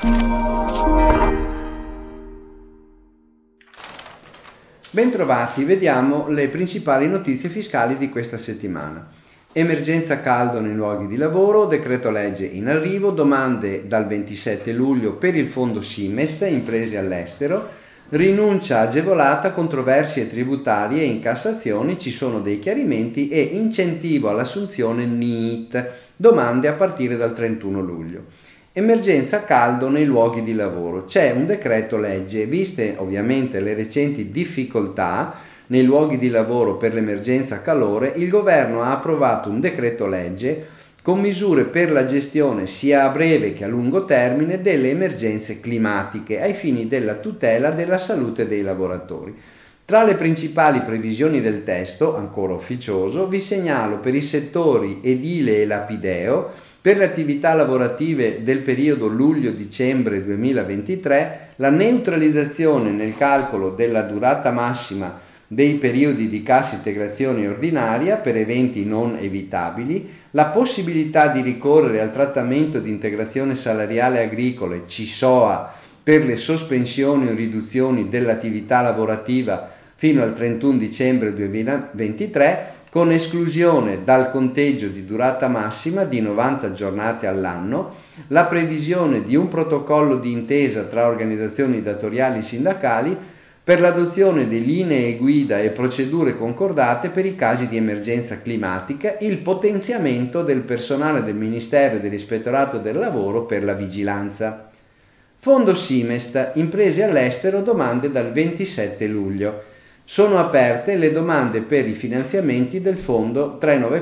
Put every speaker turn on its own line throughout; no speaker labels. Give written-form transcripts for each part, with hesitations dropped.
Bentrovati, vediamo le principali notizie fiscali di questa settimana. Emergenza caldo nei luoghi di lavoro, decreto legge in arrivo, domande dal 27 luglio per il fondo Simest, imprese all'estero, rinuncia agevolata, controversie tributarie e incassazioni, ci sono dei chiarimenti e incentivo all'assunzione NEET, domande a partire dal 31 luglio. Emergenza caldo nei luoghi di lavoro. C'è un decreto legge, viste ovviamente le recenti difficoltà nei luoghi di lavoro per l'emergenza calore, il governo ha approvato un decreto legge con misure per la gestione sia a breve che a lungo termine delle emergenze climatiche ai fini della tutela della salute dei lavoratori. Tra le principali previsioni del testo, ancora ufficioso, vi segnalo per i settori edile e lapideo, per le attività lavorative del periodo luglio-dicembre 2023, la neutralizzazione nel calcolo della durata massima dei periodi di cassa integrazione ordinaria per eventi non evitabili, la possibilità di ricorrere al trattamento di integrazione salariale agricole CISOA per le sospensioni o riduzioni dell'attività lavorativa fino al 31 dicembre 2023, con esclusione dal conteggio di durata massima di 90 giornate all'anno, la previsione di un protocollo di intesa tra organizzazioni datoriali e sindacali per l'adozione di linee guida e procedure concordate per i casi di emergenza climatica, il potenziamento del personale del Ministero e dell'Ispettorato del Lavoro per la vigilanza. Fondo Simest, imprese all'estero, domande dal 27 luglio. Sono aperte le domande per i finanziamenti del fondo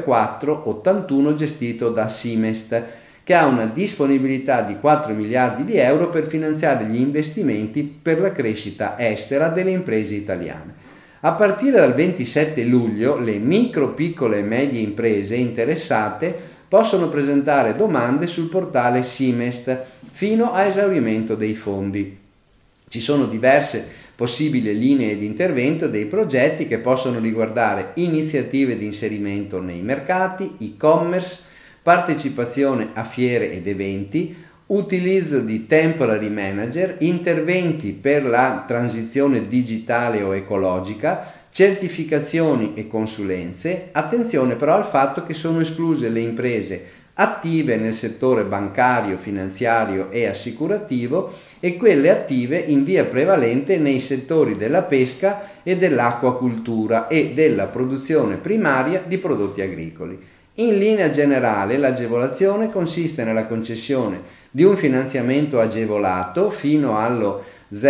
39481 gestito da Simest, che ha una disponibilità di 4 miliardi di euro per finanziare gli investimenti per la crescita estera delle imprese italiane. A partire dal 27 luglio le micro, piccole e medie imprese interessate possono presentare domande sul portale Simest fino a esaurimento dei fondi. Ci sono diverse possibili linee di intervento dei progetti che possono riguardare iniziative di inserimento nei mercati, e-commerce, partecipazione a fiere ed eventi, utilizzo di temporary manager, interventi per la transizione digitale o ecologica, certificazioni e consulenze. Attenzione però al fatto che sono escluse le imprese attive nel settore bancario, finanziario e assicurativo e quelle attive in via prevalente nei settori della pesca e dell'acquacultura e della produzione primaria di prodotti agricoli. In linea generale, l'agevolazione consiste nella concessione di un finanziamento agevolato fino allo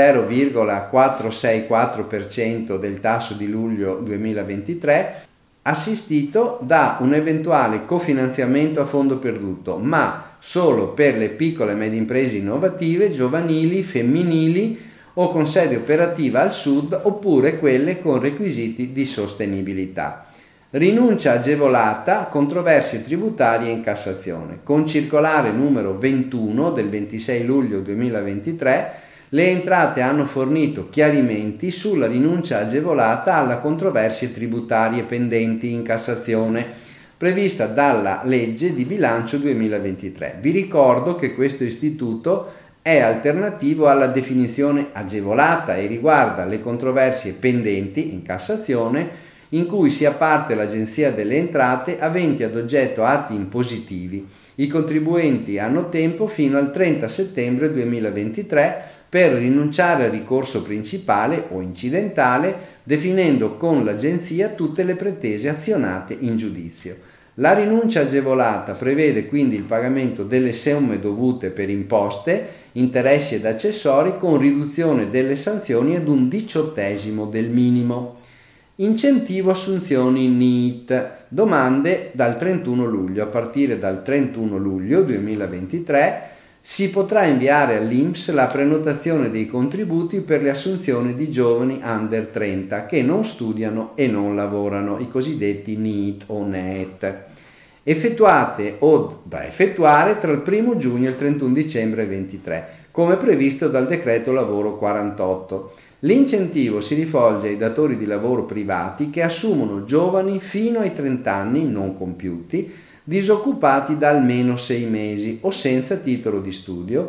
0,464% del tasso di luglio 2023, assistito da un eventuale cofinanziamento a fondo perduto, ma solo per le piccole e medie imprese innovative, giovanili, femminili o con sede operativa al sud, oppure quelle con requisiti di sostenibilità. Rinuncia agevolata, controversie tributarie in Cassazione. Con circolare numero 21 del 26 luglio 2023, le entrate hanno fornito chiarimenti sulla rinuncia agevolata alla controversie tributarie pendenti in Cassazione, prevista dalla legge di bilancio 2023. Vi ricordo che questo istituto è alternativo alla definizione agevolata e riguarda le controversie pendenti in Cassazione in cui sia parte l'Agenzia delle Entrate aventi ad oggetto atti impositivi. I contribuenti hanno tempo fino al 30 settembre 2023 per rinunciare al ricorso principale o incidentale, definendo con l'Agenzia tutte le pretese azionate in giudizio. La rinuncia agevolata prevede quindi il pagamento delle somme dovute per imposte, interessi ed accessori con riduzione delle sanzioni ad 1/18 del minimo. Incentivo assunzioni NEET, domande dal 31 luglio. A partire dal 31 luglio 2023 si potrà inviare all'INPS la prenotazione dei contributi per le assunzioni di giovani under 30 che non studiano e non lavorano, i cosiddetti NEET o NEET, effettuate o da effettuare tra il 1 giugno e il 31 dicembre 2023, come previsto dal decreto lavoro 48. L'incentivo si rivolge ai datori di lavoro privati che assumono giovani fino ai 30 anni non compiuti, disoccupati da almeno 6 mesi o senza titolo di studio,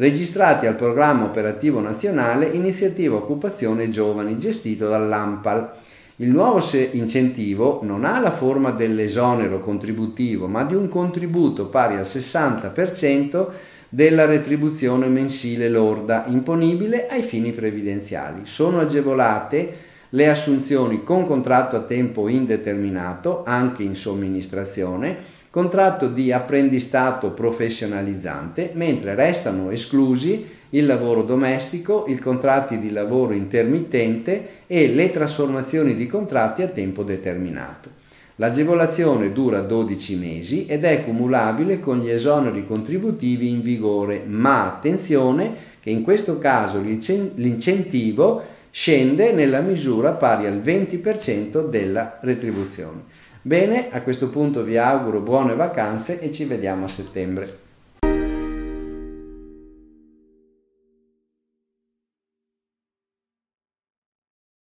registrati al Programma Operativo Nazionale Iniziativa Occupazione Giovani gestito dall'ANPAL. Il nuovo incentivo non ha la forma dell'esonero contributivo, ma di un contributo pari al 60% della retribuzione mensile lorda imponibile ai fini previdenziali. Sono agevolate le assunzioni con contratto a tempo indeterminato, anche in somministrazione, contratto di apprendistato professionalizzante, mentre restano esclusi il lavoro domestico, i contratti di lavoro intermittente e le trasformazioni di contratti a tempo determinato. L'agevolazione dura 12 mesi ed è cumulabile con gli esoneri contributivi in vigore, ma attenzione che in questo caso l'incentivo scende nella misura pari al 20% della retribuzione. Bene, a questo punto vi auguro buone vacanze e ci vediamo a settembre.